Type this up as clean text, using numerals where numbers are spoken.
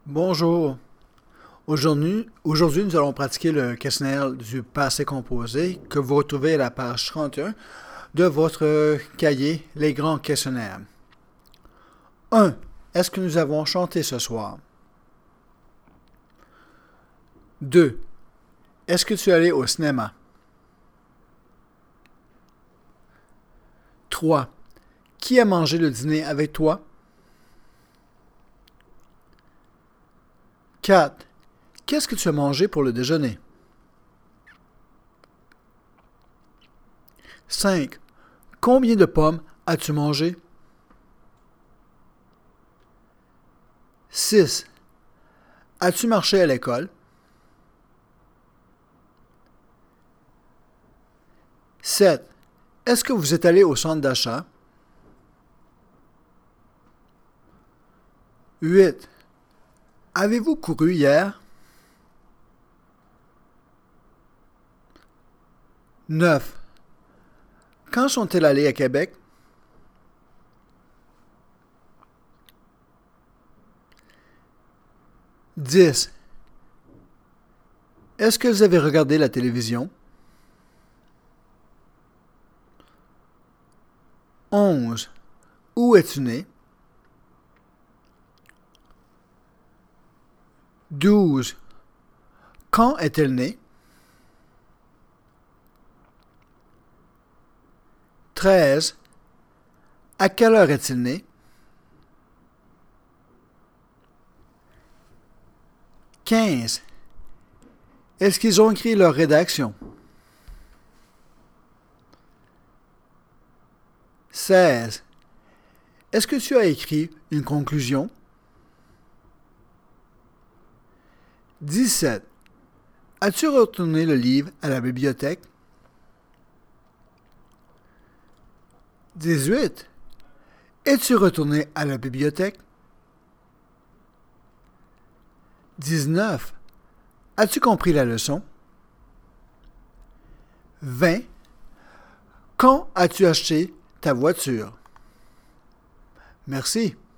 Bonjour. Aujourd'hui, nous allons pratiquer le questionnaire du passé composé que vous retrouvez à la page 31 de votre cahier Les grands questionnaires. 1. Est-ce que nous avons chanté ce soir? 2. Est-ce que tu es allé au cinéma? 3. Qui a mangé le dîner avec toi? 4. Qu'est-ce que tu as mangé pour le déjeuner? 5. Combien de pommes as-tu mangé? 6. As-tu marché à l'école? 7. Est-ce que vous êtes allé au centre d'achat? 8. Avez-vous couru hier? 9. Quand sont-ils allés à Québec? 10. Est-ce que vous avez regardé la télévision? 11. Où es-tu né? 12. Quand est-elle née? 13. À quelle heure est-il né? 15. Est-ce qu'ils ont écrit leur rédaction? 16. Est-ce que tu as écrit une conclusion? 17. As-tu retourné le livre à la bibliothèque? 18. Es-tu retourné à la bibliothèque? 19. As-tu compris la leçon? 20. Quand as-tu acheté ta voiture? Merci.